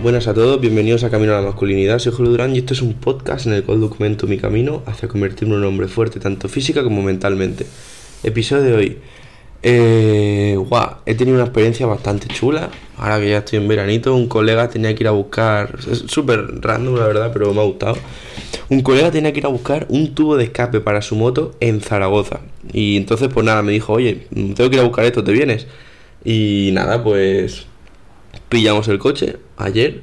Buenas a todos, bienvenidos a Camino a la Masculinidad. Soy Julio Durán y esto es un podcast en el cual documento mi camino hacia convertirme en un hombre fuerte, tanto física como mentalmente. Episodio de hoy. He tenido una experiencia bastante chula. Ahora que ya estoy en veranito, un colega tenía que ir a buscar, es súper random la verdad, pero me ha gustado. Un colega tenía que ir a buscar un tubo de escape para su moto en Zaragoza. Y entonces pues nada, me dijo, oye, tengo que ir a buscar esto, ¿te vienes? Y nada, pues pillamos el coche ayer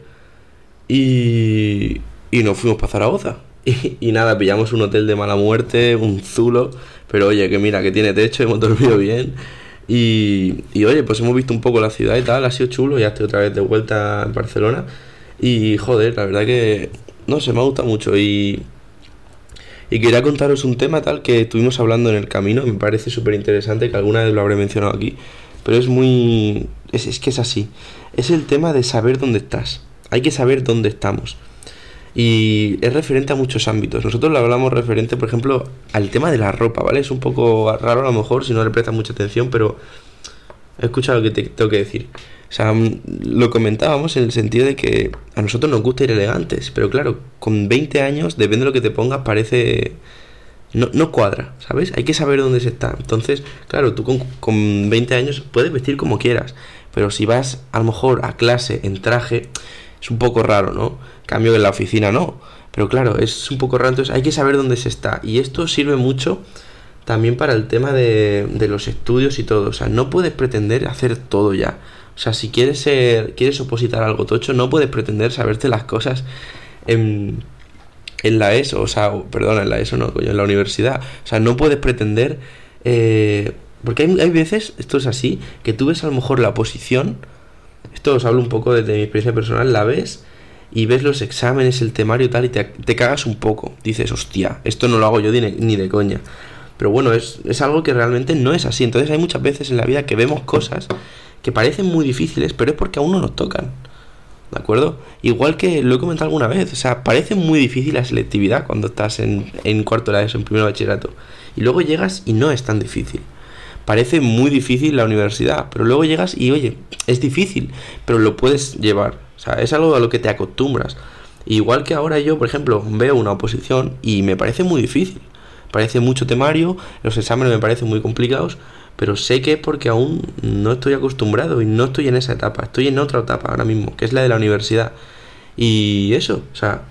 y nos fuimos para Zaragoza. Y nada, pillamos un hotel de mala muerte, un zulo, pero oye, que mira, que tiene techo, hemos dormido bien. Y oye, pues hemos visto un poco la ciudad y tal, ha sido chulo, ya estoy otra vez de vuelta en Barcelona. Y joder, la verdad que, no sé, me ha gustado mucho. Y quería contaros un tema tal que estuvimos hablando en el camino, me parece súper interesante, que alguna vez lo habré mencionado aquí, pero es muy... es que es así. Es el tema de saber dónde estás. Hay que saber dónde estamos. Y es referente a muchos ámbitos. Nosotros lo hablamos referente, por ejemplo, al tema de la ropa, ¿vale? Es un poco raro a lo mejor si no le prestas mucha atención, pero escucha lo que te tengo que decir. O sea, lo comentábamos en el sentido de que a nosotros nos gusta ir elegantes, pero claro, con 20 años, depende de lo que te pongas, parece... No cuadra, ¿sabes? Hay que saber dónde se está. Entonces, claro, tú con 20 años puedes vestir como quieras, pero si vas a lo mejor a clase en traje, es un poco raro, ¿no? En cambio en la oficina no. Pero claro, es un poco raro, entonces hay que saber dónde se está. Y esto sirve mucho también para el tema de los estudios y todo. O sea, no puedes pretender hacer todo ya. O sea, si quieres opositar algo tocho, no puedes pretender saberte las cosas en la ESO, en la ESO no, coño, en la universidad. O sea, no puedes pretender... porque hay veces, esto es así, que tú ves a lo mejor la oposición, esto os hablo un poco de mi experiencia personal, la ves y ves los exámenes, el temario y tal, y te cagas un poco. Dices, hostia, esto no lo hago yo ni de coña. Pero bueno, es algo que realmente no es así. Entonces hay muchas veces en la vida que vemos cosas que parecen muy difíciles, pero es porque aún no nos tocan. ¿De acuerdo? Igual que lo he comentado alguna vez, o sea, parece muy difícil la selectividad cuando estás en cuarto de la ESO, en primero de bachillerato. Y luego llegas y no es tan difícil. Parece muy difícil la universidad, pero luego llegas y, oye, es difícil, pero lo puedes llevar. O sea, es algo a lo que te acostumbras. Igual que ahora yo, por ejemplo, veo una oposición y me parece muy difícil. Parece mucho temario, los exámenes me parecen muy complicados, pero sé que es porque aún no estoy acostumbrado y no estoy en esa etapa, estoy en otra etapa ahora mismo, que es la de la universidad. Y eso, o sea,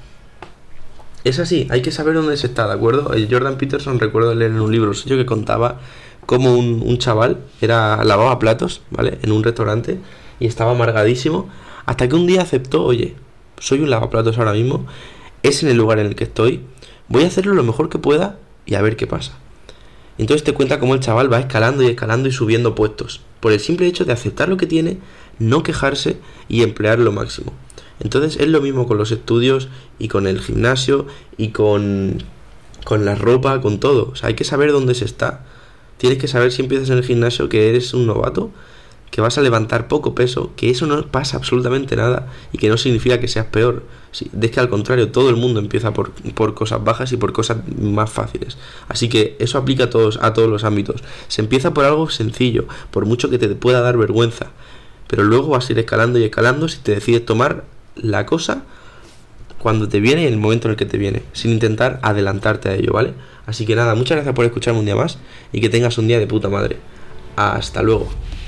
es así, hay que saber dónde se está, ¿de acuerdo? El Jordan Peterson, recuerdo leer en un libro suyo que contaba cómo un chaval lavaba platos, ¿vale? En un restaurante y estaba amargadísimo, hasta que un día aceptó, oye, soy un lavaplatos ahora mismo, es en el lugar en el que estoy, voy a hacerlo lo mejor que pueda y a ver qué pasa. Entonces te cuenta cómo el chaval va escalando y subiendo puestos, por el simple hecho de aceptar lo que tiene, no quejarse y emplear lo máximo. Entonces es lo mismo con los estudios y con el gimnasio y con la ropa, con todo. O sea, hay que saber dónde se está. Tienes que saber si empiezas en el gimnasio que eres un novato, que vas a levantar poco peso, que eso no pasa absolutamente nada y que no significa que seas peor. Sí, es que al contrario, todo el mundo empieza por cosas bajas y por cosas más fáciles. Así que eso aplica a todos los ámbitos. Se empieza por algo sencillo, por mucho que te pueda dar vergüenza, pero luego vas a ir escalando y escalando si te decides tomar la cosa cuando te viene y en el momento en el que te viene, sin intentar adelantarte a ello, ¿vale? Así que nada, muchas gracias por escucharme un día más y que tengas un día de puta madre. Hasta luego.